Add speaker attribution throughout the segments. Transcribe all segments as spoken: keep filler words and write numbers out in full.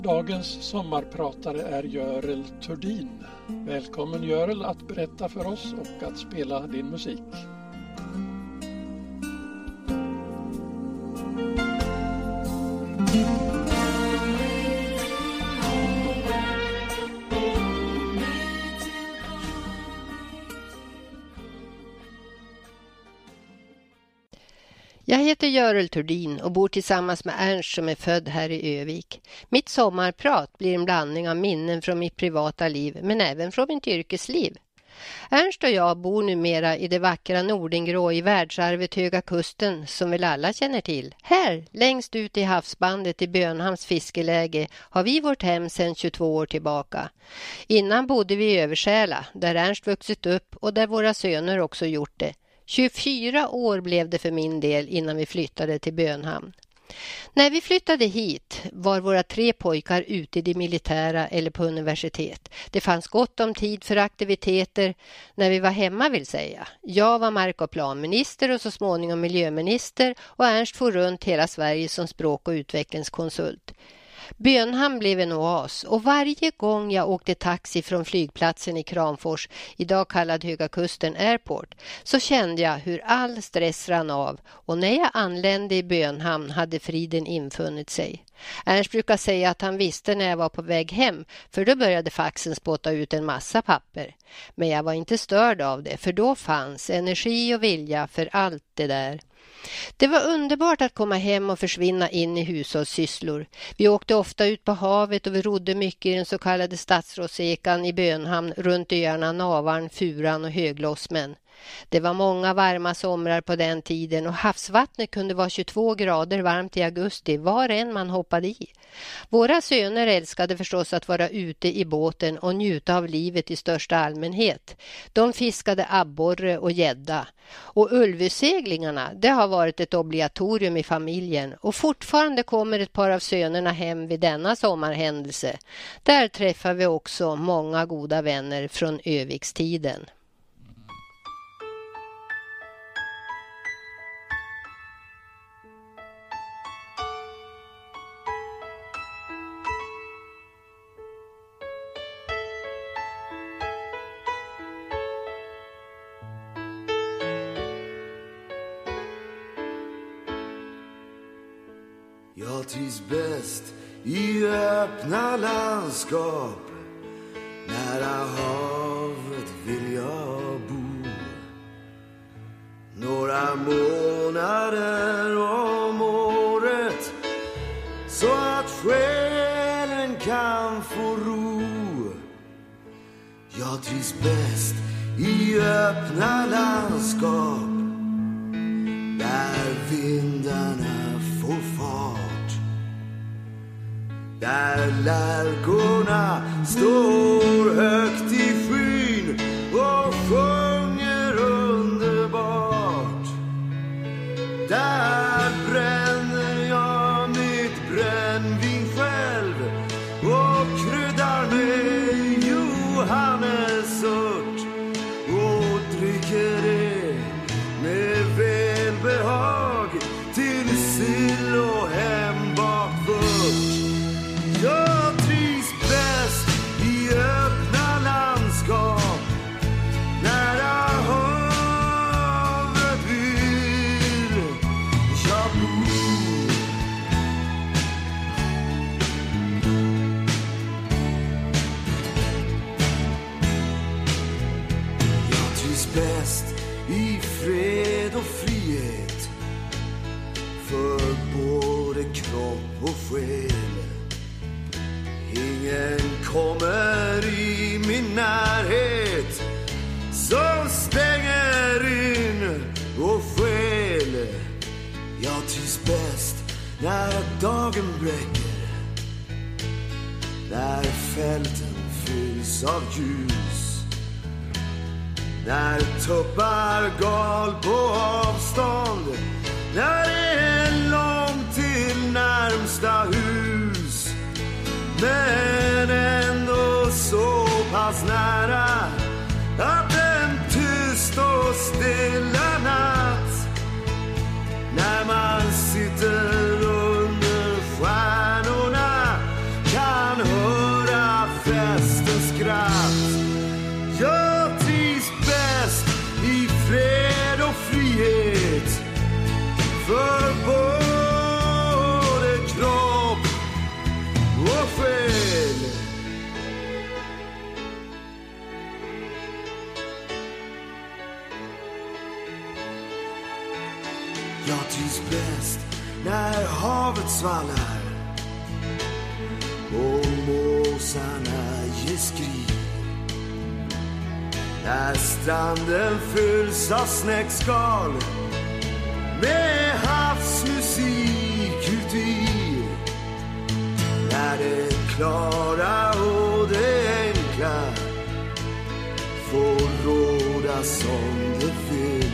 Speaker 1: Dagens sommarpratare är Görel Thurdin. Välkommen Görel att berätta för oss och att spela din musik.
Speaker 2: Jag heter Görel Thurdin och bor tillsammans med Ernst som är född här i Övik. Mitt sommarprat blir en blandning av minnen från mitt privata liv men även från mitt yrkesliv. Ernst och jag bor numera i det vackra Nordingrå i världsarvet Höga Kusten som väl alla känner till. Här, längst ut i havsbandet i Bönhamns fiskeläge har vi vårt hem sedan tjugotvå år tillbaka. Innan bodde vi i Översäla där Ernst vuxit upp och där våra söner också gjort det. tjugofyra år blev det för min del innan vi flyttade till Bönhamn. När vi flyttade hit var våra tre pojkar ute i det militära eller på universitet. Det fanns gott om tid för aktiviteter när vi var hemma vill säga. Jag var mark- och planminister och så småningom miljöminister och Ernst for runt hela Sverige som språk- och utvecklingskonsult. Bönhamn blev en oas och varje gång jag åkte taxi från flygplatsen i Kramfors, idag kallad Höga Kusten Airport, så kände jag hur all stress rann av och när jag anlände i Bönhamn hade friden infunnit sig. Ernst brukar säga att han visste när jag var på väg hem för då började faxen spotta ut en massa papper. Men jag var inte störd av det för då fanns energi och vilja för allt det där. Det var underbart att komma hem och försvinna in i hushållssysslor. Vi åkte ofta ut på havet och vi rodde mycket i den så kallade stadsrådsekan i Bönhamn runt öarna Navarn, Furan och Höglossmen. Det var många varma somrar på den tiden och havsvattnet kunde vara tjugotvå grader varmt i augusti var än man hoppade i. Våra söner älskade förstås att vara ute i båten och njuta av livet i största allmänhet. De fiskade abborre och gädda. Och ulveseglingarna, det har varit ett obligatorium i familjen och fortfarande kommer ett par av sönerna hem vid denna sommarhändelse. Där träffar vi också många goda vänner från Övikstiden.
Speaker 3: Jag trivs bäst i öppna landskap. Nära havet vill jag bo. Några månader om året så att själen kan få ro. Jag trivs bäst i öppna landskap där vindarna får fart. Där lärkorna står högt i skyn och sjunger underbart. Där bränner jag mitt brännvin själv och kryddar med johannesört och dricker det med välbehag till sill och hembakt vört. Jag trivs bäst i öppna landskap nära havet vill jag bo. Jag trivs bäst i fred och frihet för både kropp och själ. Ingen kommer i min närhet som stänger in och skäl. Jag trivs bäst när dagen bräcker, när fälten fylls av ljus, när tuppar gal på avstånd, när det är långt till närmsta hus. Men ändå så pass nära att en tyst och stilla natt, när man sitter under stjärnorna kan höra festens skratt. Jag trivs bäst i fred och frihet, för både kropp och själ. Jag trivs bäst när havet svallar och måsarna ger skri, när stranden fylls av snäckskal med havsmusik uti, när det klara och det enkla får råda som det vill,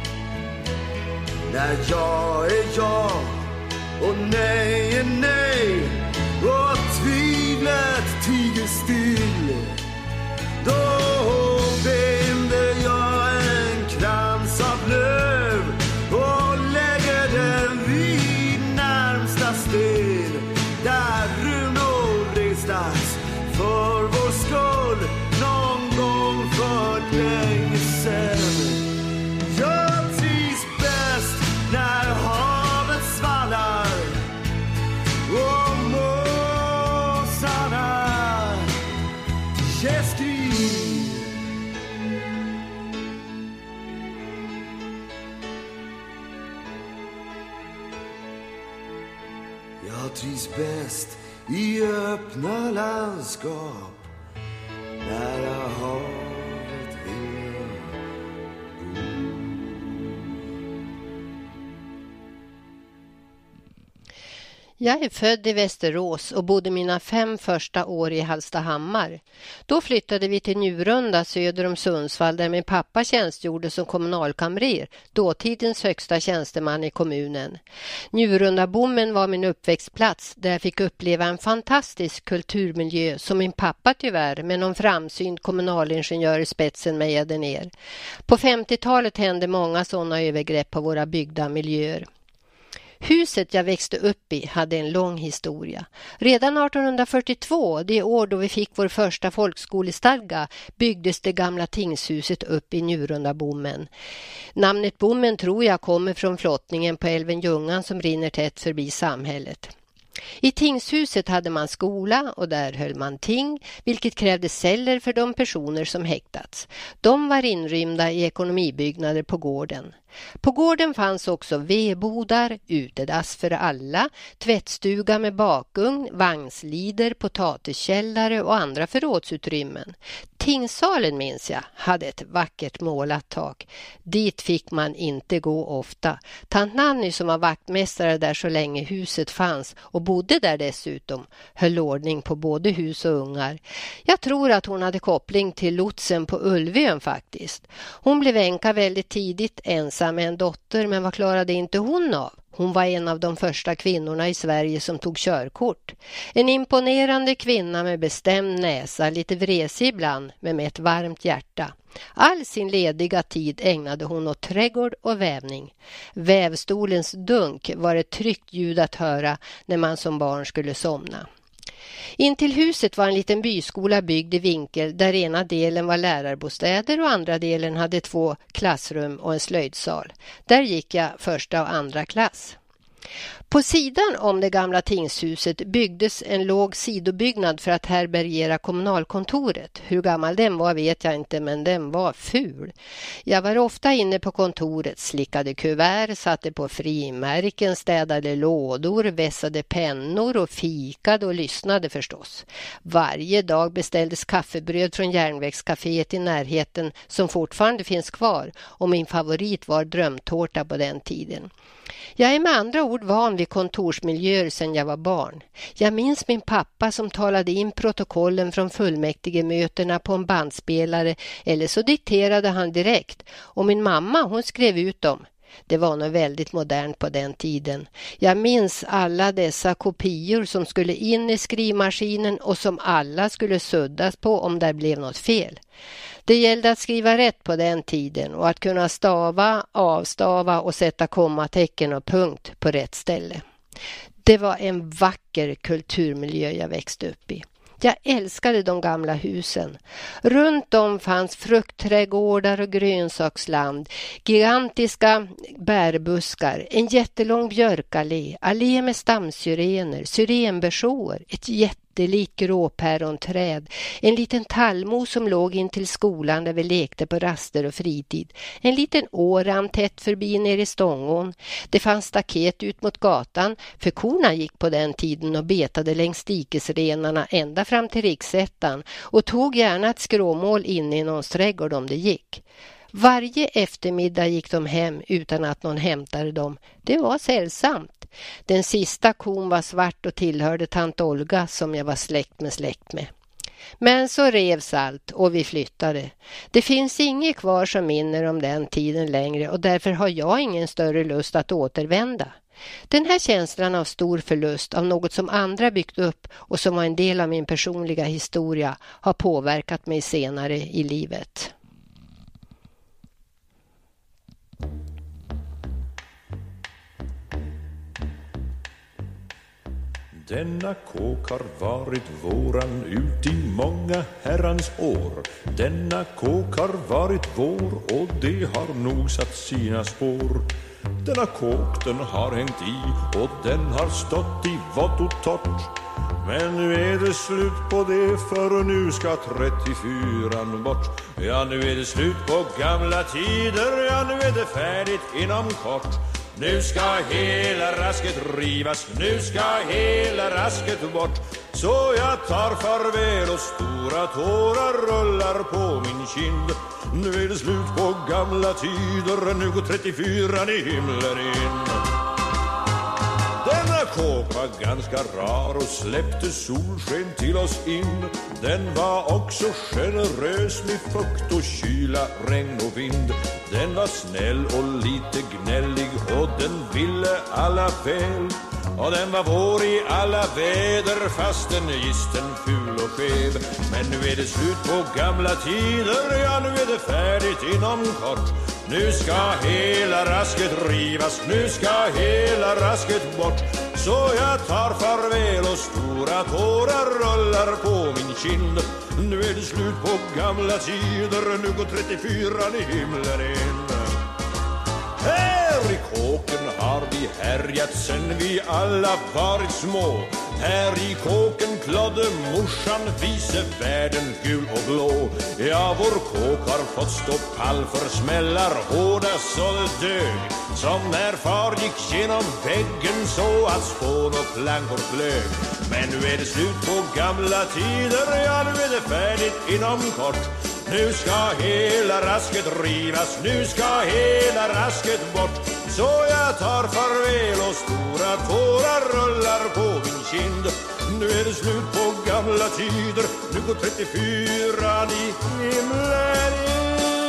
Speaker 3: när jag är jag och nej är nej och tvivlet tiger still, då binder jag en krans av löv och lägger den vid närmsta sten, där runor restas för vår skull någon gång för länge sedan. Jag trivs bäst när havet svallar och måsarna ger skri. Jag trivs bäst i öppna landskap, nära havet vill jag bo.
Speaker 2: Jag är född i Västerås och bodde mina fem första år i Hallstahammar. Då flyttade vi till Njurunda söder om Sundsvall, där min pappa tjänstgjorde som kommunalkamrer, dåtidens högsta tjänsteman i kommunen. Njurundabommen var min uppväxtplats, där jag fick uppleva en fantastisk kulturmiljö som min pappa tyvärr med någon framsynt kommunalingenjör i spetsen mejade ner. På femtiotalet hände många sådana övergrepp på våra byggda miljöer. Huset jag växte upp i hade en lång historia. Redan arton fyrtiotvå, det år då vi fick vår första folkskolestadga, byggdes det gamla tingshuset upp i Njurundabommen. Namnet Bommen tror jag kommer från flottningen på älven Ljungan som rinner tätt förbi samhället. I tingshuset hade man skola och där höll man ting, vilket krävde celler för de personer som häktats. De var inrymda i ekonomibyggnader på gården. På gården fanns också vedbodar, utedass för alla, tvättstuga med bakugn, vagnslider, potatiskällare och andra förrådsutrymmen. Tingssalen, minns jag, hade ett vackert målat tak. Dit fick man inte gå ofta. Tant Nanny, som var vaktmästare där så länge huset fanns och bodde där dessutom, höll ordning på både hus och ungar. Jag tror att hon hade koppling till lotsen på Ulvön faktiskt. Hon blev änka väldigt tidigt, ensam med en dotter, men vad klarade inte hon av? Hon var en av de första kvinnorna i Sverige som tog körkort. En imponerande kvinna med bestämd näsa, lite vresig ibland, men med ett varmt hjärta. All sin lediga tid ägnade hon åt trädgård och vävning. Vävstolens dunk var ett tryggt ljud att höra när man som barn skulle somna. Intill huset var en liten byskola byggd i vinkel, där ena delen var lärarbostäder och andra delen hade två klassrum och en slöjdsal. Där gick jag första och andra klass. På sidan om det gamla tingshuset byggdes en låg sidobyggnad för att härbärgera kommunalkontoret. Hur gammal den var vet jag inte, men den var ful. Jag var ofta inne på kontoret, slickade kuvert, satte på frimärken, städade lådor, vässade pennor och fikade och lyssnade förstås. Varje dag beställdes kaffebröd från järnvägscaféet i närheten som fortfarande finns kvar, och min favorit var drömtårta på den tiden. Jag är med andra ord van vid kontorsmiljöer sedan jag var barn. Jag minns min pappa som talade in protokollen från fullmäktigemötena på en bandspelare, eller så dikterade han direkt, och min mamma, hon skrev ut dem. Det var nog väldigt modernt på den tiden. Jag minns alla dessa kopior som skulle in i skrivmaskinen och som alla skulle suddas på om det blev något fel. Det gällde att skriva rätt på den tiden och att kunna stava, avstava och sätta kommatecken och punkt på rätt ställe. Det var en vacker kulturmiljö jag växte upp i. Jag älskade de gamla husen. Runt om fanns fruktträdgårdar och grönsaksland, gigantiska bärbuskar, en jättelång björkallé, allé med stamsyrener, syrenbersår, ett jättelikt gråpäronträd, en liten tallmo som låg in till skolan där vi lekte på raster och fritid, en liten åram tätt förbi ner i Stångån. Det fanns staket ut mot gatan, för korna gick på den tiden och betade längs dikesrenarna ända fram till Riksättan och tog gärna ett skråmål in i någons trädgård om det gick. Varje eftermiddag gick de hem utan att någon hämtade dem. Det var sällsamt. Den sista kon var svart och tillhörde tant Olga som jag var släkt med släkt med. Men så revs allt och vi flyttade. Det finns inget kvar som minner om den tiden längre och därför har jag ingen större lust att återvända. Den här känslan av stor förlust av något som andra byggt upp och som var en del av min personliga historia har påverkat mig senare i livet.
Speaker 4: Denna kåk har varit våran ut i många herrans år. Denna kåk har varit vår och det har nog satt sina spår. Denna kåk den har hängt i och den har stått i vått och torrt. Men nu är det slut på det för nu ska trettiofyran bort. Ja, nu är det slut på gamla tider, ja nu är det färdigt inom kort. Nu ska hela rasket rivas, nu ska hela rasket bort. Så jag tar farväl och stora tårar rullar på min kind. Nu är det slut på gamla tider, nu går trettiofyran i himlen in. Denna kåk var ganska rar och släppte solsken till oss in. Den var också generös med fukt och kyla, regn och vind. Den var snäll och lite gnällig och den ville alla väl. Och den var vår i alla väder fast den gisten ful och skev. Men nu är det slut på gamla tider, ja nu är det färdigt inom kort. Nu ska hela rasket rivas, nu ska hela rasket bort. Så jag tar farväl och stora tårar rullar på min kind. Nu är det slut på gamla tider, nu går trettiofyran i himlen in. Här i kåken har vi härjat sen vi alla varit små. Här i kåken klodde morsan vise världen gul och blå. Ja, vår kåk har fått stå pall för smällar hårda så det dög. Som när far gick genom väggen så att spån och plankor flög. Men nu är det slut på gamla tider, ja nu är det färdigt inom kort. Nu ska hela rasket rivas, nu ska hela rasket bort. Så jag tar farväl och stora tårar rullar på min kind. Nu är det slut på gamla tider, nu går trettiofyran i himlen in.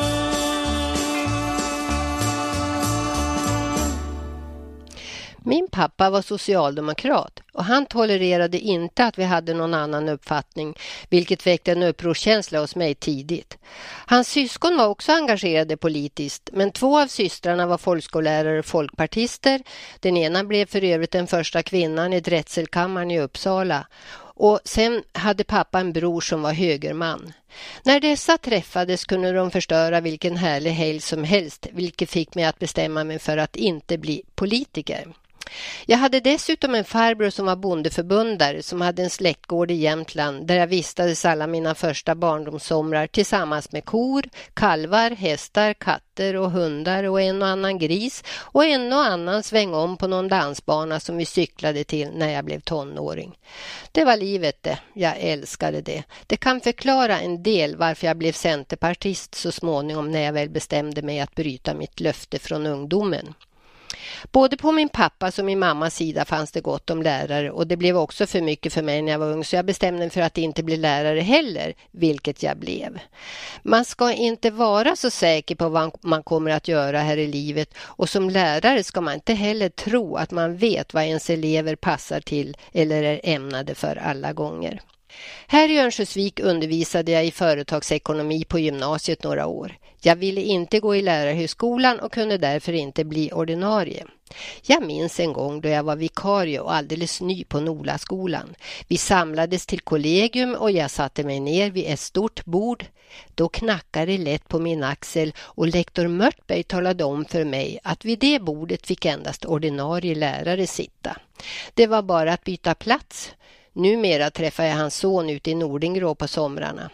Speaker 2: Min pappa var socialdemokrat och han tolererade inte att vi hade någon annan uppfattning, vilket väckte en upprorskänsla hos mig tidigt. Hans syskon var också engagerade politiskt, men två av systrarna var folkskollärare och folkpartister. Den ena blev för övrigt den första kvinnan i drätselkammaren i Uppsala. Och sen hade pappa en bror som var högerman. När dessa träffades kunde de förstöra vilken härlig helg som helst, vilket fick mig att bestämma mig för att inte bli politiker. Jag hade dessutom en farbror som var bondeförbundare som hade en släktgård i Jämtland där jag vistades alla mina första barndomssomrar tillsammans med kor, kalvar, hästar, katter och hundar och en och annan gris och en och annan sväng om på någon dansbana som vi cyklade till när jag blev tonåring. Det var livet det, jag älskade det. Det kan förklara en del varför jag blev centerpartist så småningom när jag väl bestämde mig att bryta mitt löfte från ungdomen. Både på min pappas och min mammas sida fanns det gott om lärare och det blev också för mycket för mig när jag var ung så jag bestämde mig för att inte bli lärare heller, vilket jag blev. Man ska inte vara så säker på vad man kommer att göra här i livet och som lärare ska man inte heller tro att man vet vad ens elever passar till eller är ämnade för alla gånger. Här i Örnsköldsvik undervisade jag i företagsekonomi på gymnasiet några år. Jag ville inte gå i lärarhögskolan och kunde därför inte bli ordinarie. Jag minns en gång då jag var vikarie och alldeles ny på Nolaskolan. Vi samlades till kollegium och jag satte mig ner vid ett stort bord. Då knackade det lätt på min axel och lektor Mörtberg talade om för mig att vid det bordet fick endast ordinarie lärare sitta. Det var bara att byta plats. Numera träffade jag hans son ute i Nordingrå på somrarna.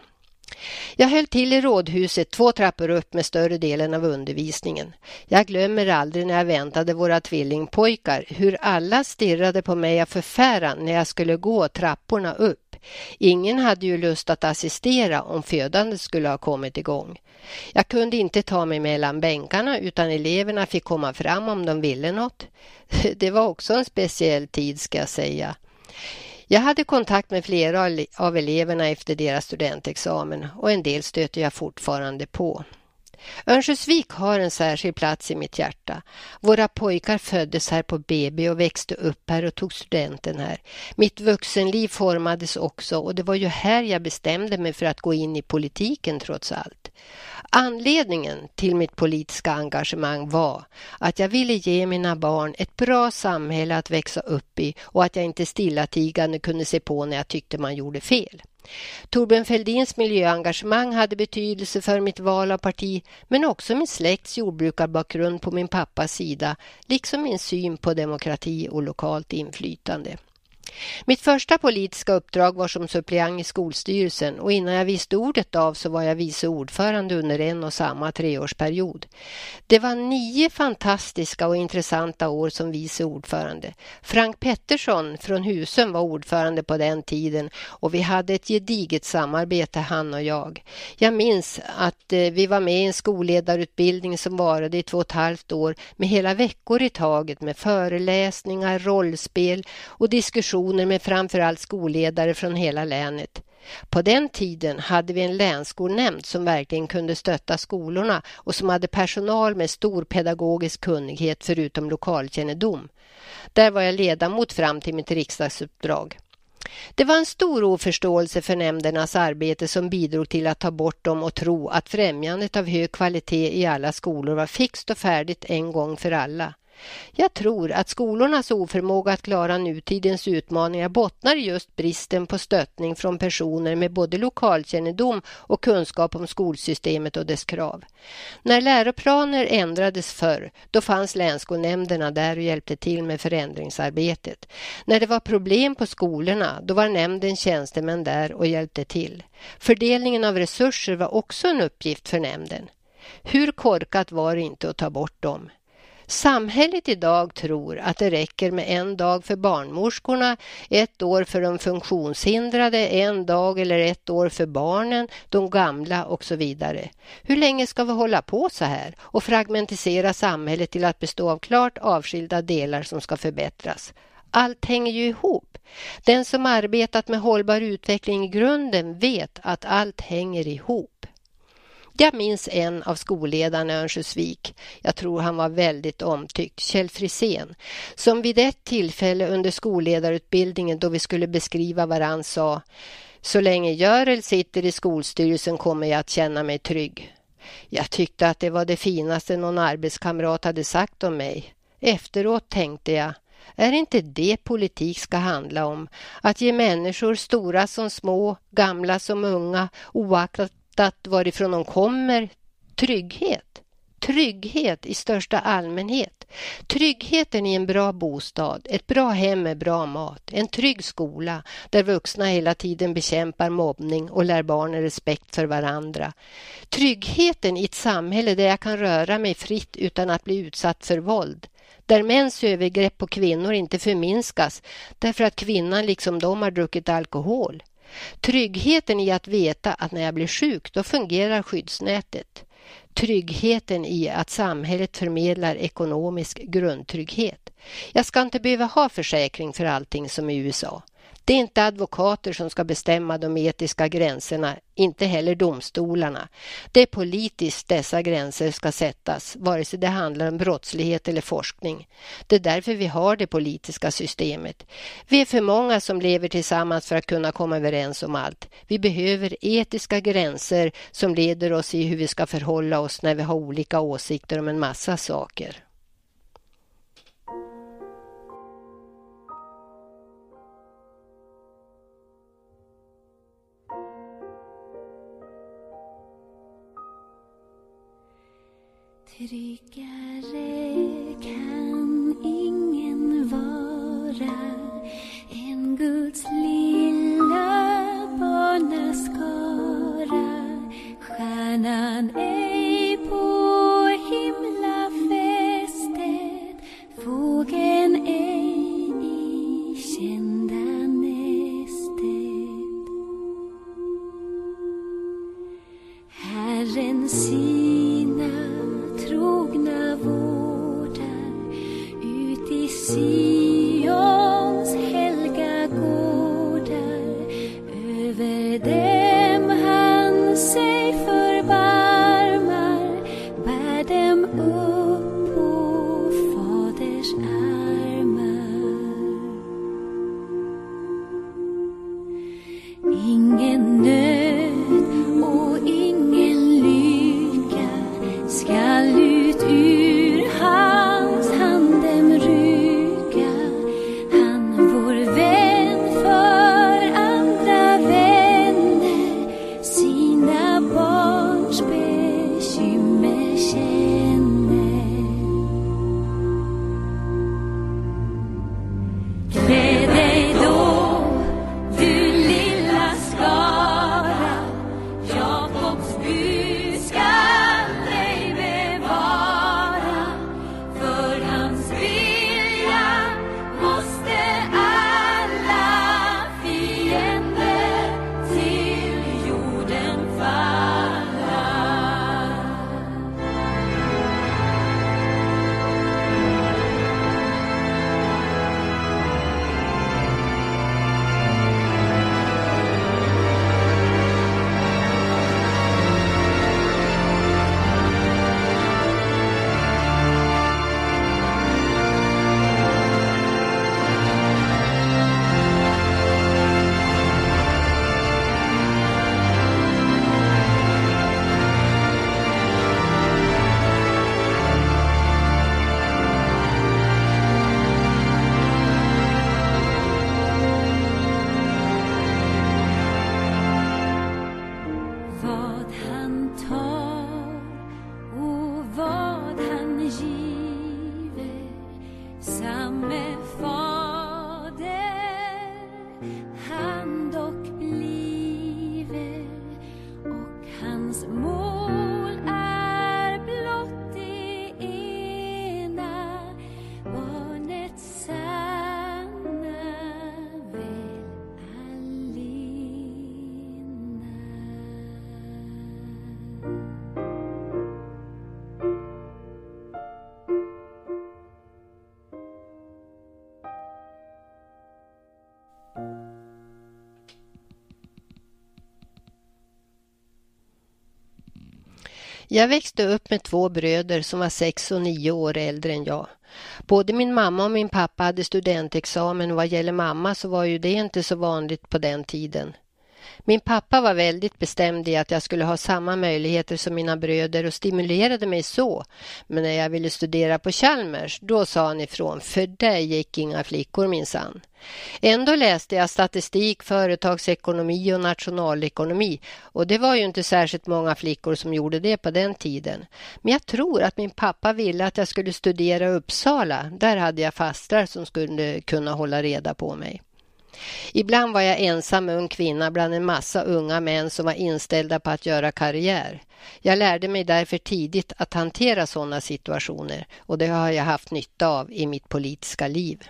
Speaker 2: Jag höll till i rådhuset två trappor upp med större delen av undervisningen. Jag glömmer aldrig när jag väntade våra tvillingpojkar hur alla stirrade på mig av förfäran när jag skulle gå trapporna upp. Ingen hade ju lust att assistera om födandet skulle ha kommit igång. Jag kunde inte ta mig mellan bänkarna utan eleverna fick komma fram om de ville något. Det var också en speciell tid, ska jag säga. Jag hade kontakt med flera av eleverna efter deras studentexamen och en del stöter jag fortfarande på. Örnsköldsvik har en särskild plats i mitt hjärta. Våra pojkar föddes här på B B och växte upp här och tog studenten här. Mitt vuxenliv formades också och det var ju här jag bestämde mig för att gå in i politiken trots allt. Anledningen till mitt politiska engagemang var att jag ville ge mina barn ett bra samhälle att växa upp i och att jag inte stillatigande kunde se på när jag tyckte man gjorde fel. Torbjörn Fälldins miljöengagemang hade betydelse för mitt val av parti, men också min släkts jordbrukarbakgrund på min pappas sida, liksom min syn på demokrati och lokalt inflytande. Mitt första politiska uppdrag var som suppleant i skolstyrelsen och innan jag visste ordet av så var jag vice ordförande under en och samma treårsperiod. Det var nio fantastiska och intressanta år som vice ordförande. Frank Pettersson från Husum var ordförande på den tiden och vi hade ett gediget samarbete, han och jag. Jag minns att vi var med i en skolledarutbildning som varade i två och ett halvt år med hela veckor i taget med föreläsningar, rollspel och diskussioner med framförallt skolledare från hela länet. På den tiden hade vi en länsskolnämnd som verkligen kunde stötta skolorna och som hade personal med stor pedagogisk kunnighet förutom lokalkännedom. Där var jag ledamot fram till mitt riksdagsuppdrag. Det var en stor oförståelse för nämndernas arbete som bidrog till att ta bort dem och tro att främjandet av hög kvalitet i alla skolor var fixt och färdigt en gång för alla. Jag tror att skolornas oförmåga att klara nutidens utmaningar bottnar just bristen på stöttning från personer med både lokalkännedom och kunskap om skolsystemet och dess krav. När läroplaner ändrades förr, då fanns länsskolnämnderna där och hjälpte till med förändringsarbetet. När det var problem på skolorna, då var nämndens tjänstemän där och hjälpte till. Fördelningen av resurser var också en uppgift för nämnden. Hur korkat var det inte att ta bort dem? Samhället idag tror att det räcker med en dag för barnmorskorna, ett år för de funktionshindrade, en dag eller ett år för barnen, de gamla och så vidare. Hur länge ska vi hålla på så här och fragmentisera samhället till att bestå av klart avskilda delar som ska förbättras? Allt hänger ju ihop. Den som arbetat med hållbar utveckling i grunden vet att allt hänger ihop. Jag minns en av skolledarna i Örnsköldsvik, jag tror han var väldigt omtyckt, Kjell Frisén, som vid ett tillfälle under skolledarutbildningen då vi skulle beskriva varann sa: så länge Görel sitter i skolstyrelsen kommer jag att känna mig trygg. Jag tyckte att det var det finaste någon arbetskamrat hade sagt om mig. Efteråt tänkte jag, är inte det politik ska handla om? Att ge människor, stora som små, gamla som unga, oaktat att varifrån de kommer, trygghet. Trygghet i största allmänhet. Tryggheten i en bra bostad, ett bra hem med bra mat, en trygg skola där vuxna hela tiden bekämpar mobbning och lär barnen respekt för varandra. Tryggheten i ett samhälle där jag kan röra mig fritt utan att bli utsatt för våld. Där mäns övergrepp på kvinnor inte förminskas därför att kvinnan liksom de har druckit alkohol. Tryggheten i att veta att när jag blir sjuk då fungerar skyddsnätet. Tryggheten i att samhället förmedlar ekonomisk grundtrygghet. Jag ska inte behöva ha försäkring för allting som i U S A. Det är inte advokater som ska bestämma de etiska gränserna, inte heller domstolarna. Det är politiskt dessa gränser ska sättas, vare sig det handlar om brottslighet eller forskning. Det är därför vi har det politiska systemet. Vi är för många som lever tillsammans för att kunna komma överens om allt. Vi behöver etiska gränser som leder oss i hur vi ska förhålla oss när vi har olika åsikter om en massa saker.
Speaker 5: Tryggare kan ingen vara en Guds lilla barnaskara. Stjärnan ej på himlafästet, fågeln ej i kända nästet. Herren sina trogna vårdar ut i Sions helga gårdar. Över dem han sig förbarmar, bär dem upp på faders armar. Ingen nöd och ingen lycka skall ut ur hans handem rycka. Han vår vän för andra vänner, sina barns bekymmer känner. Klä dig då, du lilla skara, Jakobs bud skall dig bevara. För hans vilja måste alla fiender till jorden falla. Vad han tar och vad han giver, samme fader han dock bliver, och hans mål är blott det ena, barnets sanna väl allena.
Speaker 2: Jag växte upp med två bröder som var sex och nio år äldre än jag. Både min mamma och min pappa hade studentexamen, och vad gäller mamma så var ju det inte så vanligt på den tiden. Min pappa var väldigt bestämd i att jag skulle ha samma möjligheter som mina bröder och stimulerade mig så. Men när jag ville studera på Chalmers, då sa han ifrån, för där gick inga flickor minsann. Ändå läste jag statistik, företagsekonomi och nationalekonomi, och det var ju inte särskilt många flickor som gjorde det på den tiden. Men jag tror att min pappa ville att jag skulle studera i Uppsala. Där hade jag fastrar som skulle kunna hålla reda på mig. Ibland var jag ensam ung kvinna bland en massa unga män som var inställda på att göra karriär. Jag lärde mig därför tidigt att hantera sådana situationer, och det har jag haft nytta av i mitt politiska liv.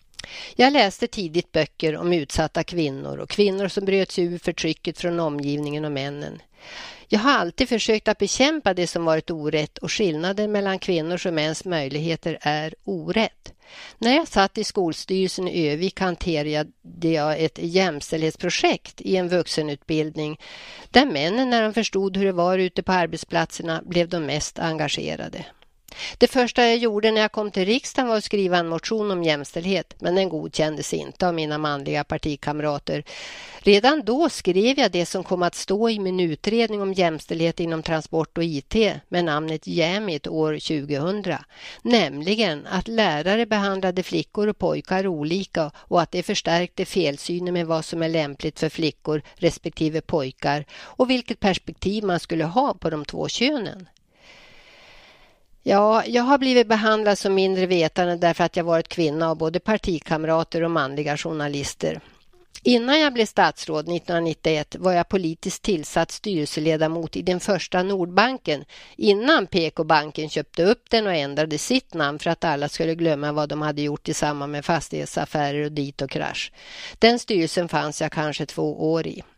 Speaker 2: Jag läste tidigt böcker om utsatta kvinnor och kvinnor som bröt sig ur förtrycket från omgivningen och männen. Jag har alltid försökt att bekämpa det som varit orätt, och skillnaden mellan kvinnors och mäns möjligheter är orätt. När jag satt i skolstyrelsen i Övik hanterade jag ett jämställdhetsprojekt i en vuxenutbildning där männen, när de förstod hur det var ute på arbetsplatserna, blev de mest engagerade. Det första jag gjorde när jag kom till riksdagen var att skriva en motion om jämställdhet, men den godkändes inte av mina manliga partikamrater. Redan då skrev jag det som kom att stå i min utredning om jämställdhet inom transport och I T med namnet Jämit år tjugohundra, nämligen att lärare behandlade flickor och pojkar olika och att det förstärkte felsynen med vad som är lämpligt för flickor respektive pojkar och vilket perspektiv man skulle ha på de två könen. Ja, jag har blivit behandlad som mindre vetande därför att jag varit kvinna av både partikamrater och manliga journalister. Innan jag blev statsråd nittonhundranittioett var jag politiskt tillsatt styrelseledamot i den första Nordbanken innan P K-banken köpte upp den och ändrade sitt namn för att alla skulle glömma vad de hade gjort i samband med fastighetsaffärer och dit och krasch. Den styrelsen fanns jag kanske två år i.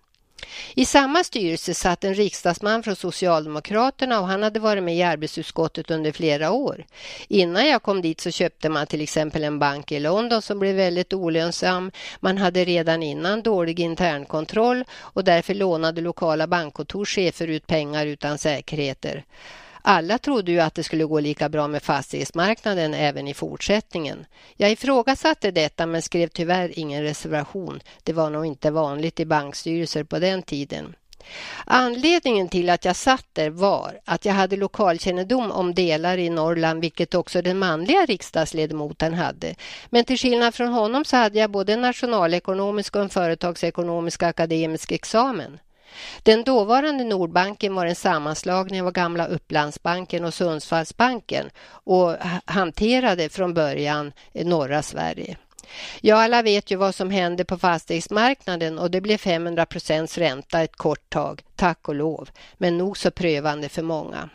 Speaker 2: I samma styrelse satt en riksdagsman från Socialdemokraterna och han hade varit med i arbetsutskottet under flera år. Innan jag kom dit så köpte man till exempel en bank i London som blev väldigt olönsam. Man hade redan innan dålig internkontroll och därför lånade lokala bankkontorschefer ut pengar utan säkerheter. Alla trodde ju att det skulle gå lika bra med fastighetsmarknaden även i fortsättningen. Jag ifrågasatte detta men skrev tyvärr ingen reservation. Det var nog inte vanligt i bankstyrelser på den tiden. Anledningen till att jag satt där var att jag hade lokalkännedom om delar i Norrland, vilket också den manliga riksdagsledamoten hade. Men till skillnad från honom så hade jag både en nationalekonomisk och en företagsekonomisk akademisk examen. Den dåvarande Nordbanken var en sammanslagning av gamla Upplandsbanken och Sundsvallsbanken och hanterade från början norra Sverige. Ja, alla vet ju vad som hände på fastighetsmarknaden och det blev femhundra procent ränta ett kort tag, tack och lov, men nog så prövande för många.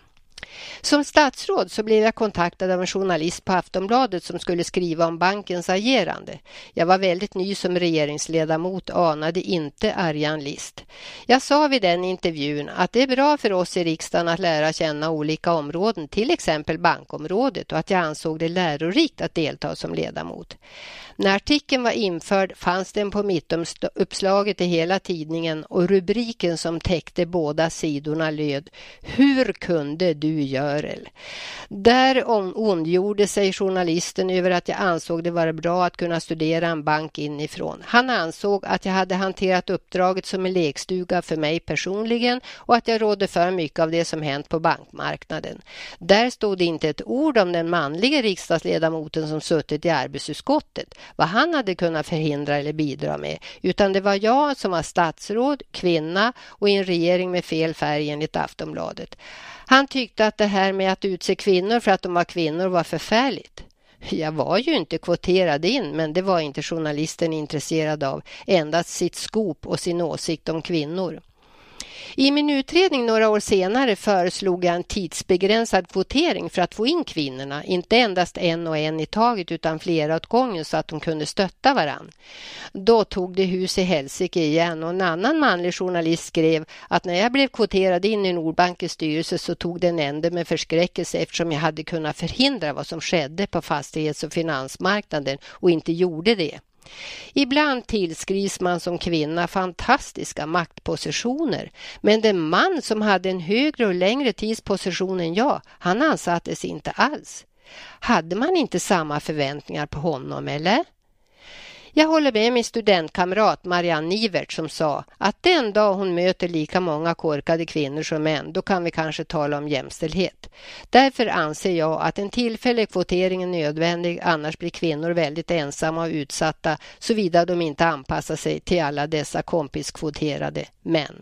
Speaker 2: Som statsråd så blev jag kontaktad av en journalist på Aftonbladet som skulle skriva om bankens agerande. Jag var väldigt ny som regeringsledamot och anade inte Arjan List. Jag sa vid den intervjun att det är bra för oss i riksdagen att lära känna olika områden, till exempel bankområdet, och att jag ansåg det lärorikt att delta som ledamot. När artikeln var införd fanns den på mittuppslaget i hela tidningen och rubriken som täckte båda sidorna löd: Hur kunde du, Görel? Där ondgjorde sig journalisten över att jag ansåg det vara bra att kunna studera en bank inifrån. Han ansåg att jag hade hanterat uppdraget som en lekstuga för mig personligen och att jag rådde för mycket av det som hänt på bankmarknaden. Där stod det inte ett ord om den manliga riksdagsledamoten som suttit i arbetsutskottet, vad han hade kunnat förhindra eller bidra med, utan det var jag som var statsråd, kvinna och i en regering med fel färg enligt Aftonbladet. Han tyckte att det här med att utse kvinnor för att de var kvinnor var förfärligt. Jag var ju inte kvoterad in, men det var inte journalisten intresserad av, endast sitt skop och sin åsikt om kvinnor. I min utredning några år senare föreslog jag en tidsbegränsad kvotering för att få in kvinnorna, inte endast en och en i taget utan flera åt gången så att de kunde stötta varann. Då tog det hus i Helsike igen och en annan manlig journalist skrev att när jag blev kvoterad in i Nordbankens styrelse så tog den ände med förskräckelse eftersom jag hade kunnat förhindra vad som skedde på fastighets- och finansmarknaden och inte gjorde det. Ibland tillskrivs man som kvinna fantastiska maktpositioner, men den man som hade en högre och längre tidsposition än jag, han ansattes inte alls. Hade man inte samma förväntningar på honom, eller? Jag håller med min studentkamrat Marianne Nivert som sa att den dag hon möter lika många korkade kvinnor som män, då kan vi kanske tala om jämställdhet. Därför anser jag att en tillfällig kvotering är nödvändig, annars blir kvinnor väldigt ensamma och utsatta såvida de inte anpassar sig till alla dessa kompiskvoterade män.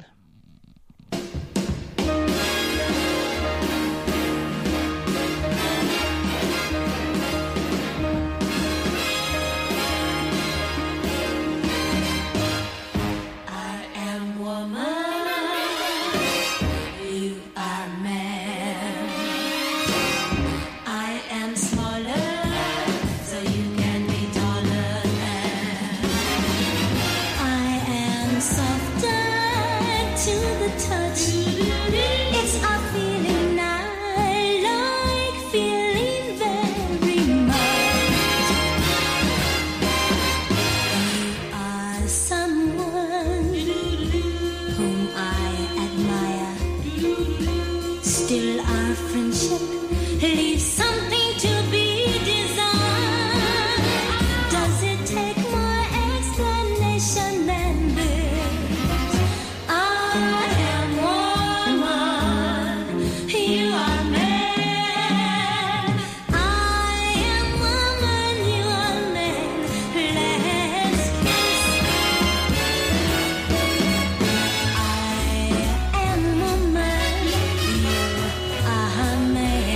Speaker 5: Man.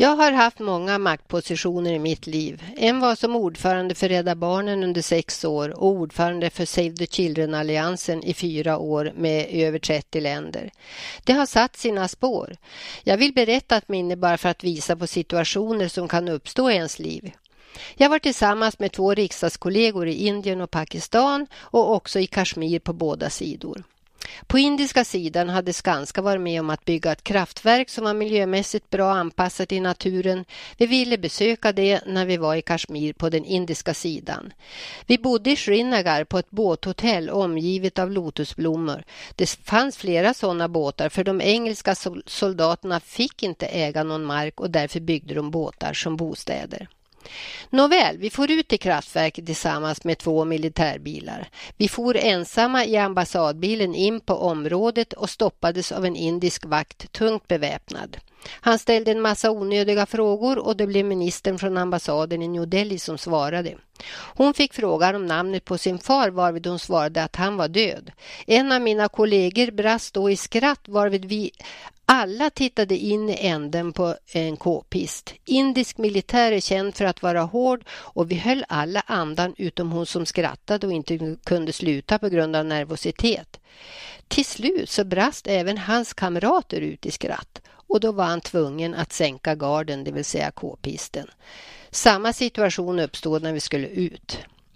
Speaker 2: Jag har haft många maktpositioner i mitt liv. En var som ordförande för Rädda Barnen under sex år och ordförande för Save the Children-alliansen i fyra år med över trettio länder. Det har satt sina spår. Jag vill berätta ett minne bara för att visa på situationer som kan uppstå i ens liv. Jag var tillsammans med två riksdagskollegor i Indien och Pakistan och också i Kashmir på båda sidor. På indiska sidan hade Skanska varit med om att bygga ett kraftverk som var miljömässigt bra anpassat till naturen. Vi ville besöka det när vi var i Kashmir på den indiska sidan. Vi bodde i Srinagar på ett båthotell omgivet av lotusblommor. Det fanns flera sådana båtar för de engelska soldaterna fick inte äga någon mark och därför byggde de båtar som bostäder. Nåväl, vi får ut i kraftverket tillsammans med två militärbilar. Vi for ensamma i ambassadbilen in på området och stoppades av en indisk vakt tungt beväpnad. Han ställde en massa onödiga frågor och det blev ministern från ambassaden i New Delhi som svarade. Hon fick frågan om namnet på sin far varvid hon svarade att han var död. En av mina kollegor brast då i skratt varvid vi alla tittade in i änden på en k-pist. Indisk militär är känd för att vara hård och vi höll alla andan utom hon som skrattade och inte kunde sluta på grund av nervositet. Till slut så brast även hans kamrater ut i skratt och då var han tvungen att sänka garden, det vill säga k-pisten. Samma situation uppstod när vi skulle ut.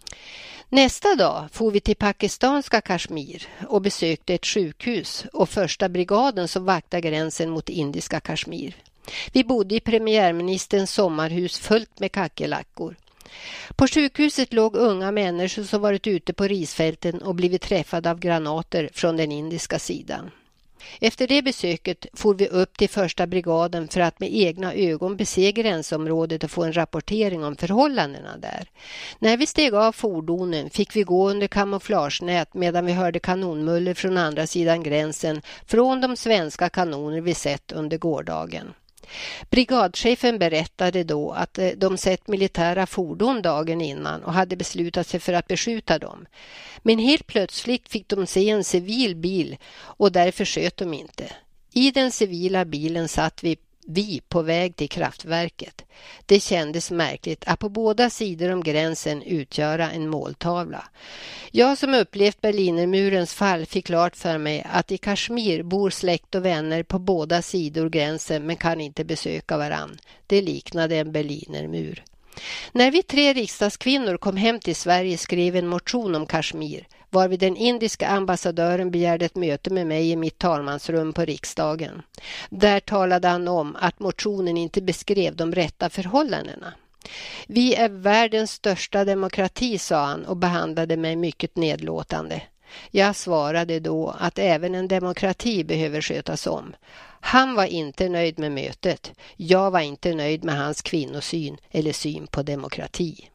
Speaker 2: Nästa dag får vi till pakistanska Kashmir och besökte ett sjukhus och första brigaden som vaktar gränsen mot indiska Kashmir. Vi bodde i premiärministerns sommarhus fullt med kackerlackor. På sjukhuset låg unga människor som varit ute på risfälten och blivit träffade av granater från den indiska sidan. Efter det besöket får vi upp till första brigaden för att med egna ögon bese gränsområdet och få en rapportering om förhållandena där. När vi steg av fordonen fick vi gå under kamouflagenät medan vi hörde kanonmuller från andra sidan gränsen från de svenska kanoner vi sett under gårdagen. Brigadchefen berättade då att de sett militära fordon dagen innan och hade beslutat sig för att beskjuta dem. Men helt plötsligt fick de se en civil bil och därför sköt de inte. I den civila bilen satt vi, vi på väg till kraftverket. Det kändes märkligt att på båda sidor om gränsen utgöra en måltavla. Jag som upplevt Berlinermurens fall fick klart för mig att i Kashmir bor släkt och vänner på båda sidor gränsen men kan inte besöka varann. Det liknade en Berlinermur. När vi tre riksdagskvinnor kom hem till Sverige skrev en motion om Kashmir, varvid den indiska ambassadören begärde ett möte med mig i mitt talmansrum på riksdagen. Där talade han om att motionen inte beskrev de rätta förhållandena. Vi är världens största demokrati, sa han och behandlade mig mycket nedlåtande. Jag svarade då att även en demokrati behöver skötas om. Han var inte nöjd med mötet. Jag var inte nöjd med hans kvinnosyn eller syn på demokrati.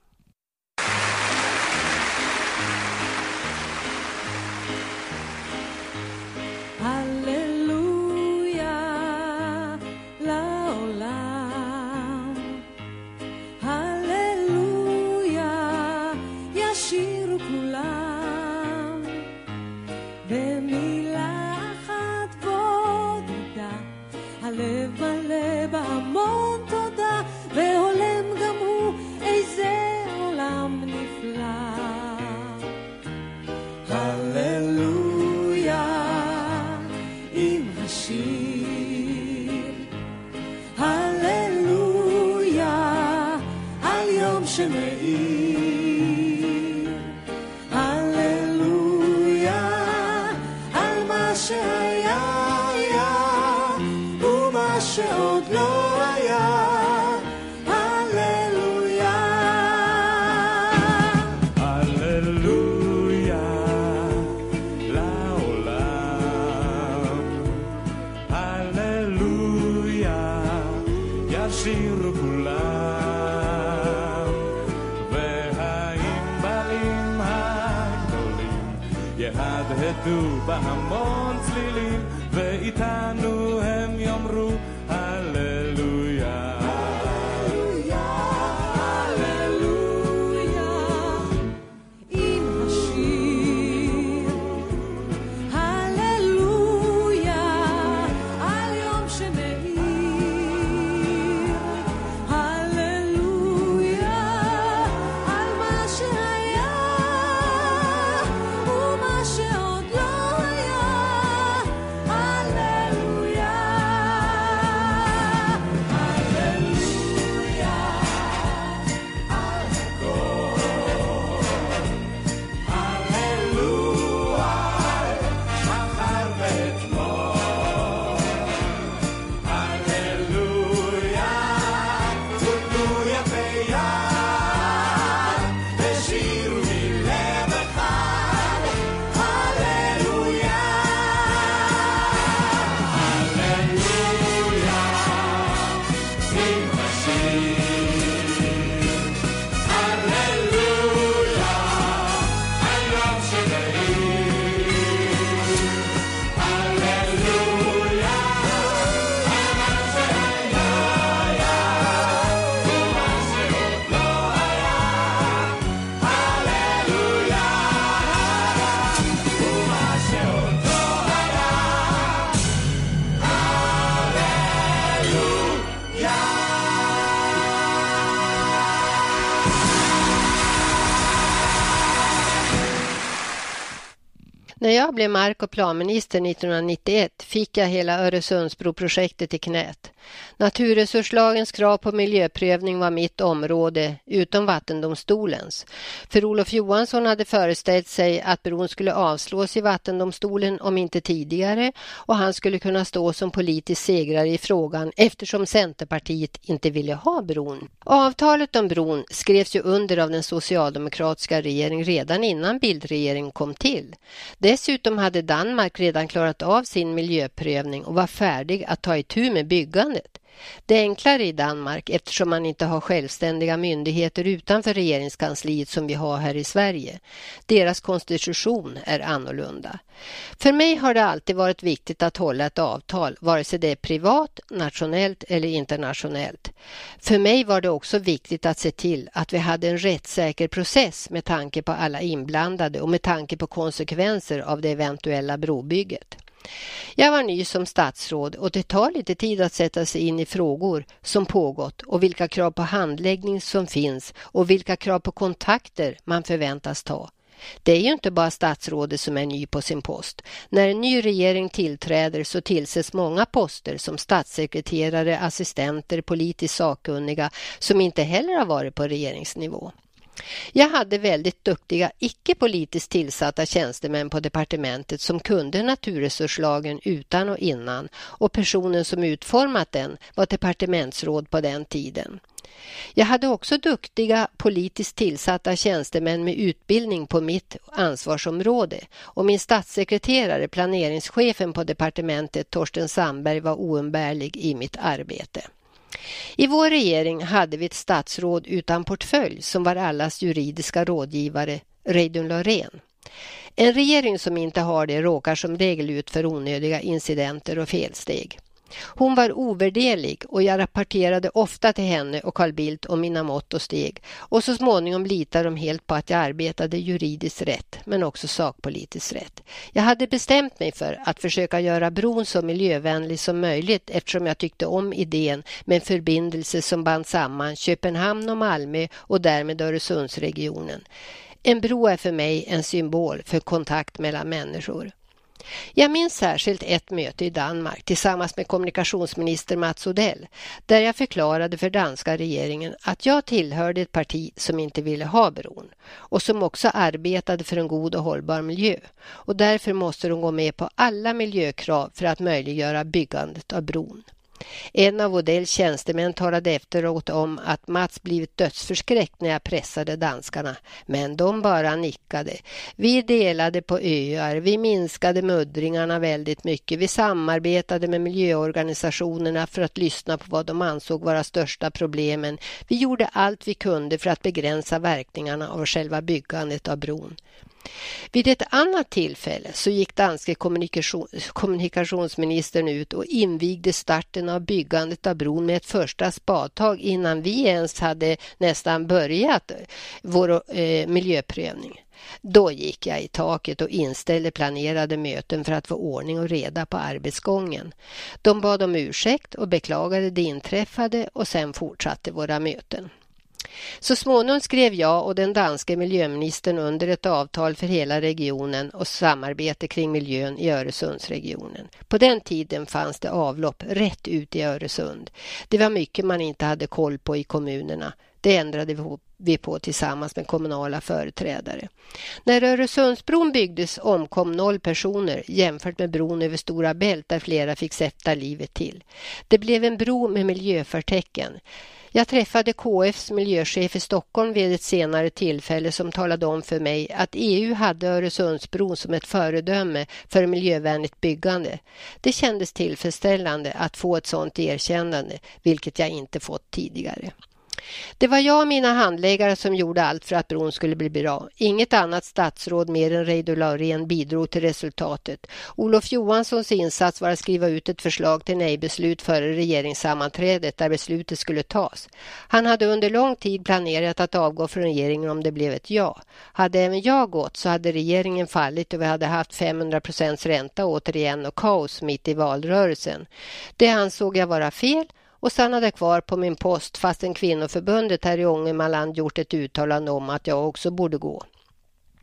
Speaker 4: בהמון צלילים ואיתנו הם יאמרו הללויה הללויה הללויה עם השיר הללויה על יום שמאיר
Speaker 2: När jag blev mark- och planminister nittonhundranittioett fick jag hela Öresundsbroprojektet i knät. Naturresurslagens krav på miljöprövning var mitt område, utom vattendomstolens. För Olof Johansson hade föreställt sig att bron skulle avslås i vattendomstolen om inte tidigare, och han skulle kunna stå som politisk segrare i frågan eftersom Centerpartiet inte ville ha bron. Avtalet om bron skrevs ju under av den socialdemokratiska regeringen redan innan Bildtregeringen kom till. Dessutom hade Danmark redan klarat av sin miljöprövning och var färdig att ta itu med byggandet. Det är enklare i Danmark eftersom man inte har självständiga myndigheter utanför regeringskansliet som vi har här i Sverige. Deras konstitution är annorlunda. För mig har det alltid varit viktigt att hålla ett avtal, vare sig det är privat, nationellt eller internationellt. För mig var det också viktigt att se till att vi hade en rättssäker process med tanke på alla inblandade och med tanke på konsekvenser av det eventuella brobygget. Jag var ny som statsråd och det tar lite tid att sätta sig in i frågor som pågått och vilka krav på handläggning som finns och vilka krav på kontakter man förväntas ta. Det är ju inte bara statsrådet som är ny på sin post. När en ny regering tillträder så tillsätts många poster som statssekreterare, assistenter, politiskt sakkunniga som inte heller har varit på regeringsnivå. Jag hade väldigt duktiga icke-politiskt tillsatta tjänstemän på departementet som kunde naturresurslagen utan och innan, och personen som utformat den var departementsråd på den tiden. Jag hade också duktiga politiskt tillsatta tjänstemän med utbildning på mitt ansvarsområde, och min statssekreterare, planeringschefen på departementet Torsten Sandberg, var oumbärlig i mitt arbete. I vår regering hade vi ett statsråd utan portfölj som var allas juridiska rådgivare, Reidunn Laurén. En regering som inte har det råkar som regel ut för onödiga incidenter och felsteg. Hon var ovärderlig och jag rapporterade ofta till henne och Carl Bildt om mina mått och steg, och så småningom litade de helt på att jag arbetade juridiskt rätt men också sakpolitiskt rätt. Jag hade bestämt mig för att försöka göra bron så miljövänlig som möjligt eftersom jag tyckte om idén med en förbindelse som band samman Köpenhamn och Malmö och därmed Öresundsregionen. En bro är för mig en symbol för kontakt mellan människor. Jag minns särskilt ett möte i Danmark tillsammans med kommunikationsminister Mats Odell, där jag förklarade för danska regeringen att jag tillhörde ett parti som inte ville ha bron och som också arbetade för en god och hållbar miljö, och därför måste de gå med på alla miljökrav för att möjliggöra byggandet av bron. En av Odells tjänstemän talade efteråt om att Mats blivit dödsförskräckt när jag pressade danskarna, men de bara nickade. Vi delade på öar, vi minskade muddringarna väldigt mycket, vi samarbetade med miljöorganisationerna för att lyssna på vad de ansåg vara största problemen. Vi gjorde allt vi kunde för att begränsa verkningarna av själva byggandet av bron. Vid ett annat tillfälle så gick danske kommunikation, kommunikationsministern ut och invigde starten av byggandet av bron med ett första spadtag innan vi ens hade nästan börjat vår eh, miljöprövning. Då gick jag i taket och inställde planerade möten för att få ordning och reda på arbetsgången. De bad om ursäkt och beklagade det inträffade, och sen fortsatte våra möten. Så småningom skrev jag och den danske miljöministern under ett avtal för hela regionen och samarbete kring miljön i Öresundsregionen. På den tiden fanns det avlopp rätt ut i Öresund. Det var mycket man inte hade koll på i kommunerna. Det ändrade vi på tillsammans med kommunala företrädare. När Öresundsbron byggdes omkom noll personer jämfört med bron över Stora Bält där flera fick sätta livet till. Det blev en bro med miljöförtecken. Jag träffade K F:s miljöchef i Stockholm vid ett senare tillfälle som talade om för mig att E U hade Öresundsbron som ett föredöme för miljövänligt byggande. Det kändes tillfredsställande att få ett sådant erkännande, vilket jag inte fått tidigare. Det var jag och mina handläggare som gjorde allt för att bron skulle bli bra. Inget annat statsråd mer än Reidunn Laurén bidrog till resultatet. Olof Johanssons insats var att skriva ut ett förslag till nej-beslut före regeringssammanträdet där beslutet skulle tas. Han hade under lång tid planerat att avgå från regeringen om det blev ett ja. Hade även jag gått så hade regeringen fallit och vi hade haft femhundra procent ränta återigen och kaos mitt i valrörelsen. Det ansåg jag vara fel och stannade kvar på min post fastän kvinnoförbundet här i Ångermanland gjort ett uttalande om att jag också borde gå.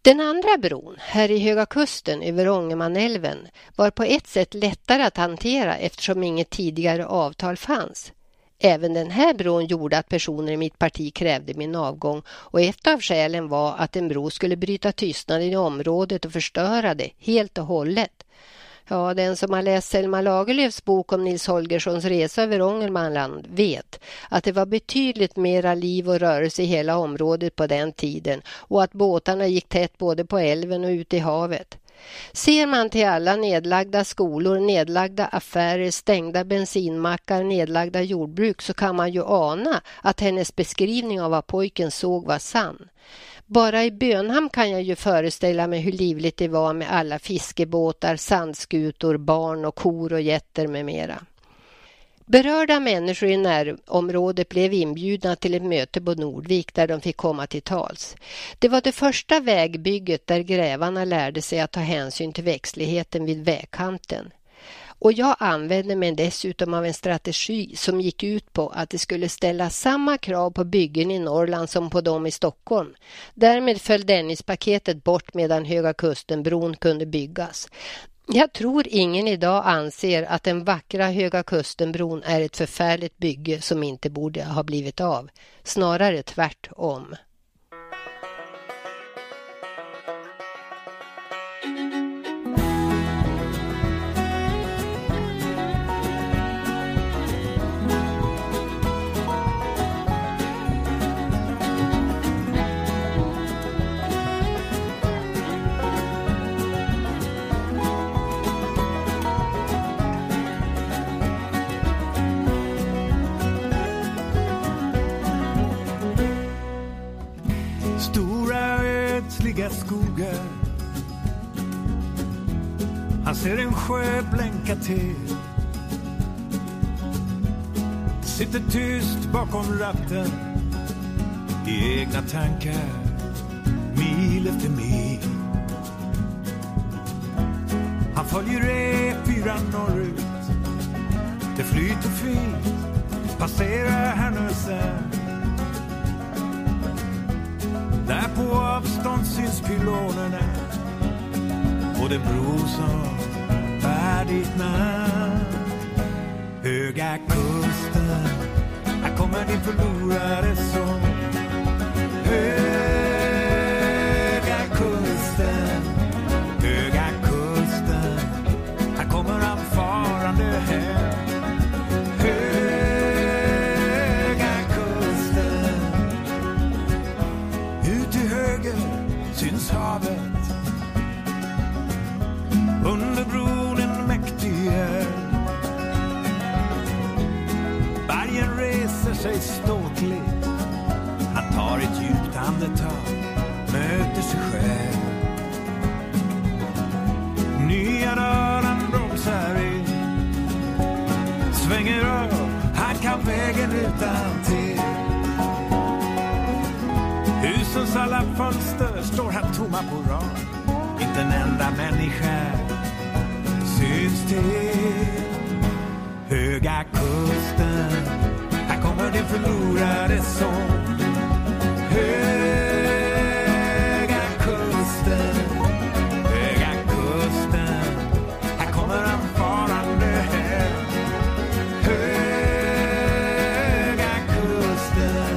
Speaker 2: Den andra bron, här i Höga Kusten över Ångermanälven, var på ett sätt lättare att hantera eftersom inget tidigare avtal fanns. Även den här bron gjorde att personer i mitt parti krävde min avgång, och ett av skälen var att en bro skulle bryta tystnaden i området och förstöra det helt och hållet. Ja, den som har läst Selma Lagerlöfs bok om Nils Holgerssons resa över Ångermanland vet att det var betydligt mera liv och rörelse i hela området på den tiden och att båtarna gick tätt både på älven och ute i havet. Ser man till alla nedlagda skolor, nedlagda affärer, stängda bensinmackar, nedlagda jordbruk, så kan man ju ana att hennes beskrivning av vad pojken såg var sann. Bara i Bönhamn kan jag ju föreställa mig hur livligt det var med alla fiskebåtar, sandskutor, barn och kor och getter med mera. Berörda människor i närområdet blev inbjudna till ett möte på Nordvik där de fick komma till tals. Det var det första vägbygget där grävarna lärde sig att ta hänsyn till växtligheten vid vägkanten. Och jag använde mig dessutom av en strategi som gick ut på att det skulle ställa samma krav på byggen i Norrland som på dem i Stockholm. Därmed föll Dennispaketet bort medan Höga Kustenbron kunde byggas. Jag tror ingen idag anser att den vackra Höga Kustenbron är ett förfärligt bygge som inte borde ha blivit av. Snarare tvärtom.
Speaker 6: Skogar. Han ser en sjö blänka till, sitter tyst bakom ratten i egna tankar, mil efter mil. Han följer E fyra norrut, det flyter fint, passerar Härnösand. Där på avstånd syns pylonerna och den bro som bär ditt namn. Höga Kusten, här kommer din förlorade son. Höga Kusten, Höga Kusten, här kommer han farande hem. Syns havet under bron en mäktig ö. Bergen reser sig ståtligt. Han tar ett djupt andetag, möter sig själv. Nya dörren bromsar in, svänger upp, han kan vägen utan till. Husens alla fönster står här tomma på rad. Inte en enda människa syns till. Höga Kusten, här kommer din förlorade son. Höga Kusten, Höga Kusten, här kommer han farande hem. Höga Kusten,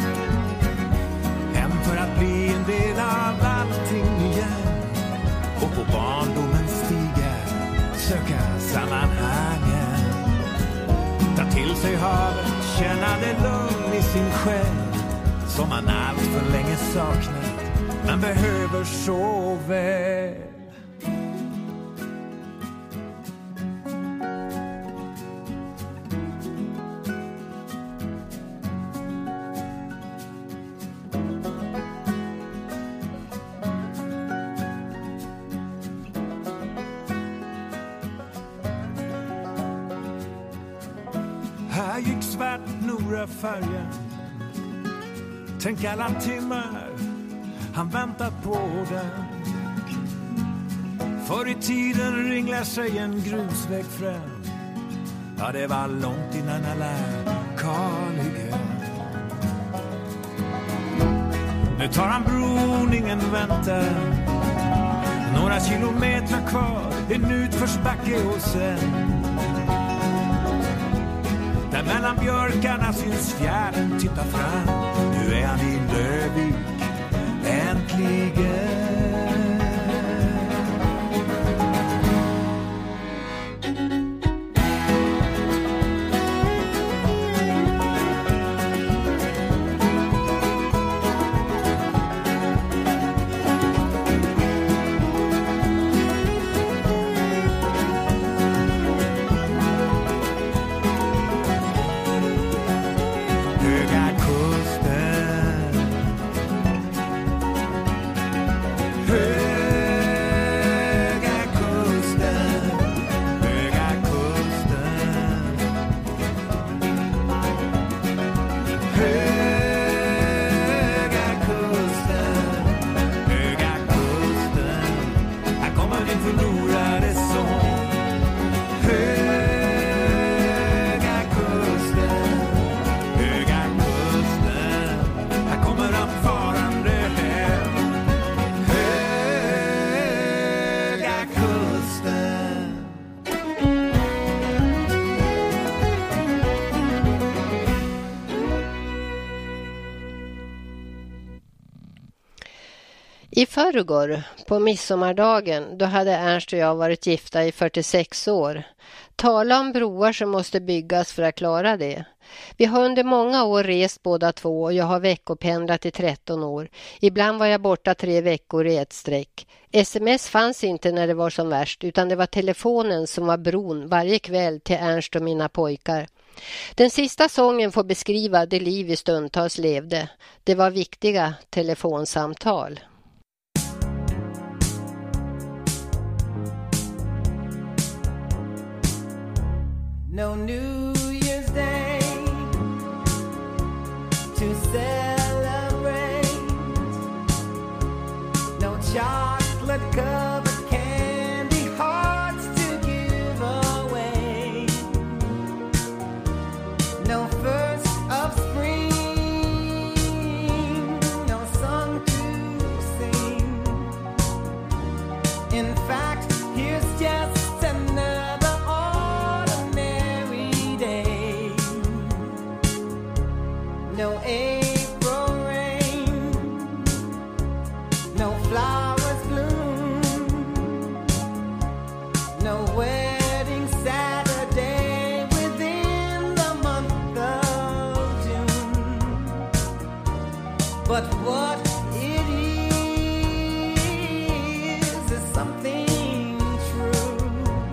Speaker 6: bli en del av allting igen. Och på barndomens stigar söka sammanhangen. Ta till sig havet, känna det lugn i sin själ, som man allt för länge saknat, men behöver så väl. Här gick svart Nora färgen. Tänk alla timmar han väntat på den. Förr i tiden ringlar sig en grusväg fram. Ja, det var långt innan alla kalhyggen. Nu tar han bron, ingen väntar. Några kilometer kvar, en utförsbacke och sen där mellan björkarna syns fjärden titta fram. Nu är han i Lövik, äntligen.
Speaker 2: I förrgår, på midsommardagen, då hade Ernst och jag varit gifta i fyrtiosex år. Tala om broar som måste byggas för att klara det. Vi har under många år rest båda två och jag har veckopendlat i tretton år. Ibland var jag borta tre veckor i ett streck. Sms fanns inte när det var som värst, utan det var telefonen som var bron varje kväll till Ernst och mina pojkar. Den sista sången får beskriva det liv vi stundtals levde. Det var viktiga telefonsamtal.
Speaker 7: No New Year's Day to celebrate. No chocolate covered candy hearts to give away. No first of spring, no song to sing. In fact, here's just another no April rain, no flowers bloom, no wedding Saturday within the month of June. But what it is is something true,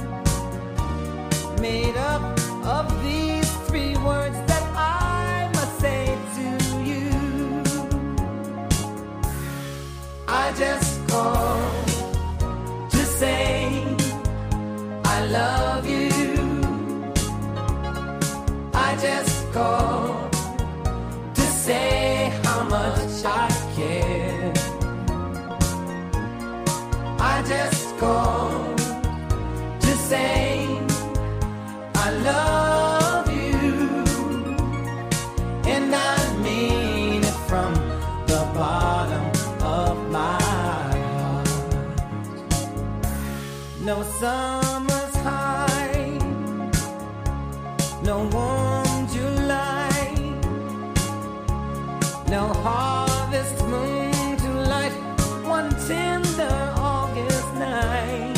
Speaker 7: made up of these three words that I must say to you. I just called to say I love you. I just called to say how much I care. I just called to say I love you, and I mean it from the bottom of my heart. No summer's high, no warm July, no harvest moon to light one tender August night,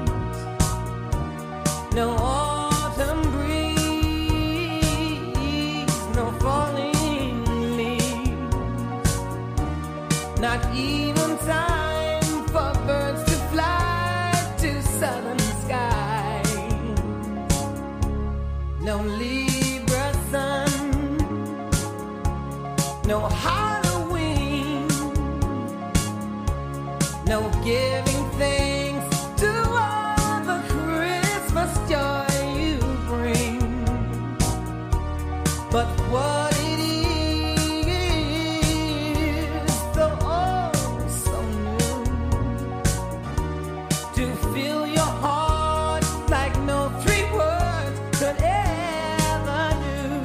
Speaker 7: no autumn breeze, no falling leaves, not even time for birds to fly to southern skies, no Libra sun, no Halloween, no giving thanks to all the Christmas joy you bring. But what it is, so oh so new, to fill your heart like no three words could ever do.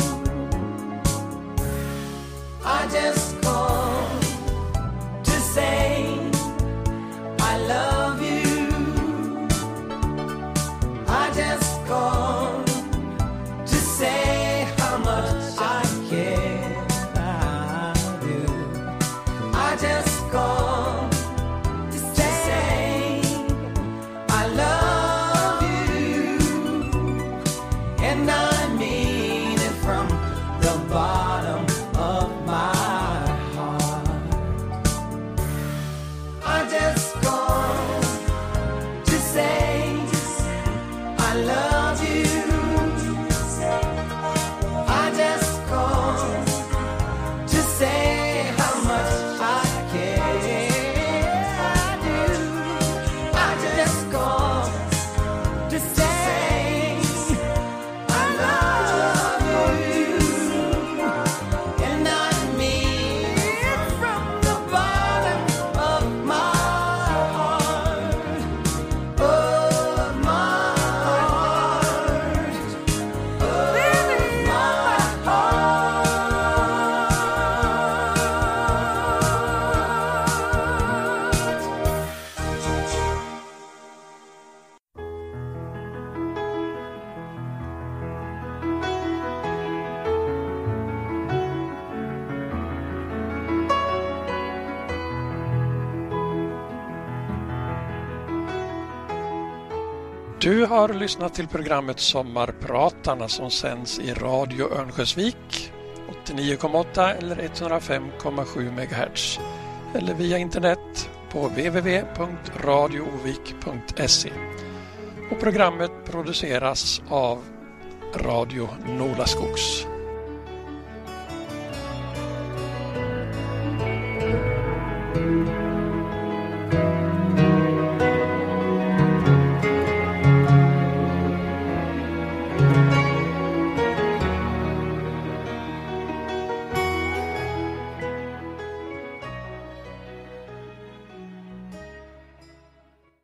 Speaker 7: I just called to say I love you.
Speaker 1: Du har lyssnat till programmet Sommarpratarna som sänds i Radio Örnsköldsvik åttionio komma åtta eller etthundrafem komma sju megahertz eller via internet på w w w punkt radio ovik punkt se. Och programmet produceras av Radio Nolaskogs.